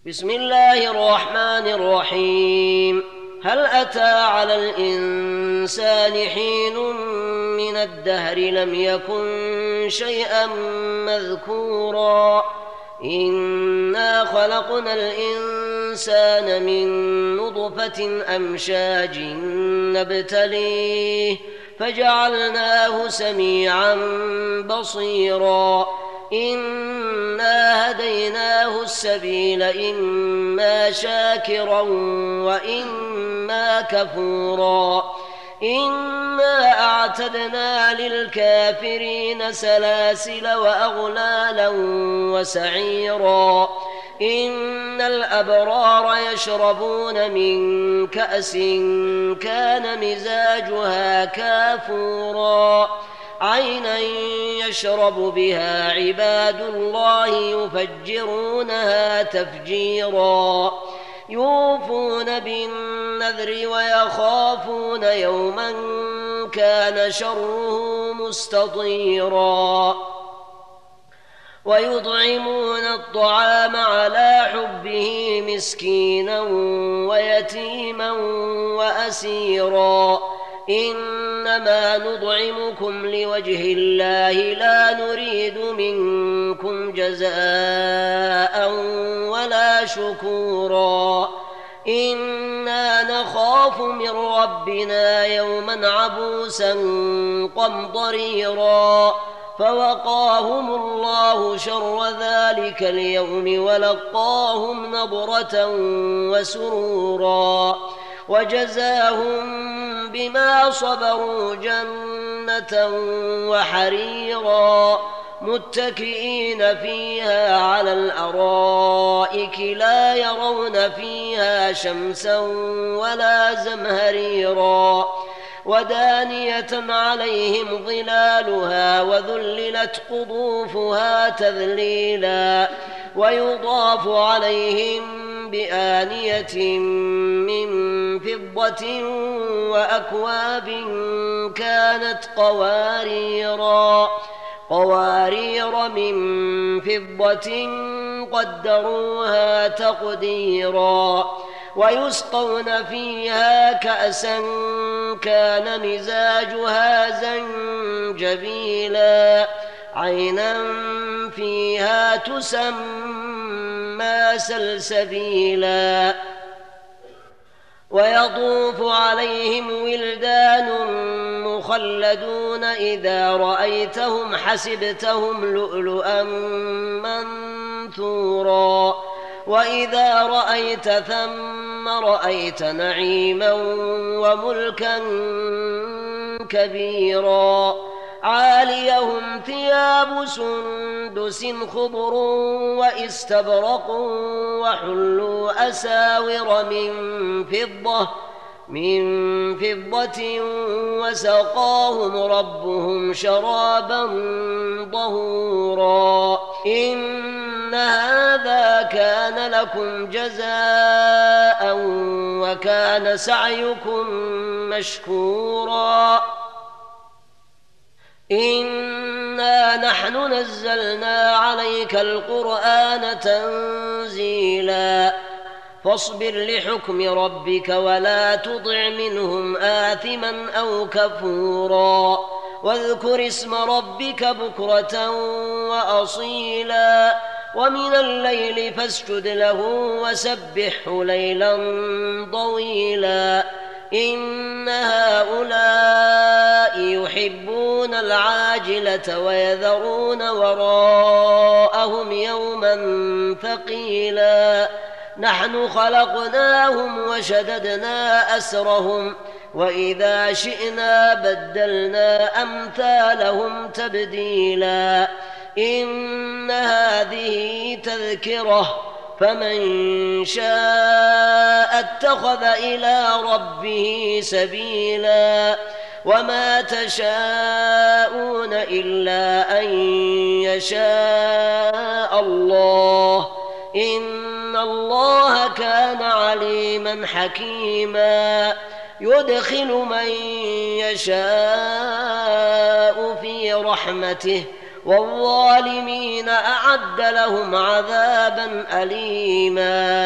بسم الله الرحمن الرحيم. هل أتى على الإنسان حين من الدهر لم يكن شيئا مذكورا إنا خلقنا الإنسان من نطفة أمشاج نبتليه فجعلناه سميعا بصيرا إنا هديناه السبيل إما شاكرا وإما كفورا إنا أعتدنا للكافرين سلاسل وأغلالا وسعيرا إن الأبرار يشربون من كأس كان مزاجها كافورا عينا يشرب بها عباد الله يفجرونها تفجيرا يوفون بالنذر ويخافون يوما كان شره مستطيرا ويطعمون الطعام على حبه مسكينا ويتيما وأسيرا إنما نطعمكم لوجه الله لا نريد منكم جزاء ولا شكورا إنا نخاف من ربنا يوما عبوسا قمطريرا فوقاهم الله شر ذلك اليوم ولقاهم نضرة وسرورا وجزاهم بما صبروا جنة وحريرا متكئين فيها على الأرائك لا يرون فيها شمسا ولا زمهريرا ودانية عليهم ظلالها وذللت قطوفها تذليلا ويضاف عليهم بآنية من فضة وأكواب كانت قوارير من فضة قدروها تقديرا ويسقون فيها كأسا كان مزاجها زنجبيلا عينا فيها تسمى سلسبيلا ويطوف عليهم ولدان مخلدون إذا رأيتهم حسبتهم لؤلؤا منثورا وإذا رأيت ثم رأيت نعيما وملكا كبيرا عاليهم ثياب سندس خضر واستبرق وحلوا أساور من فضة وسقاهم ربهم شرابا طهورا إن هذا كان لكم جزاء وكان سعيكم مشكورا إنا نحن نزلنا عليك القرآن تنزيلا فاصبر لحكم ربك ولا تطع منهم آثما أو كفورا واذكر اسم ربك بكرة وأصيلا ومن الليل فاسجد له وسبحه ليلا طويلا إن هؤلاء يحبون العاجلة ويذرون وراءهم يوما ثقيلا نحن خلقناهم وشددنا أسرهم وإذا شئنا بدلنا أمثالهم تبديلا إن هذه تذكرة فمن شاء اتخذ إلى ربه سبيلا وما تشاءون إلا أن يشاء الله إن الله كان عليما حكيما يدخل من يشاء في رحمته والظالمين أعد لهم عذابا أليما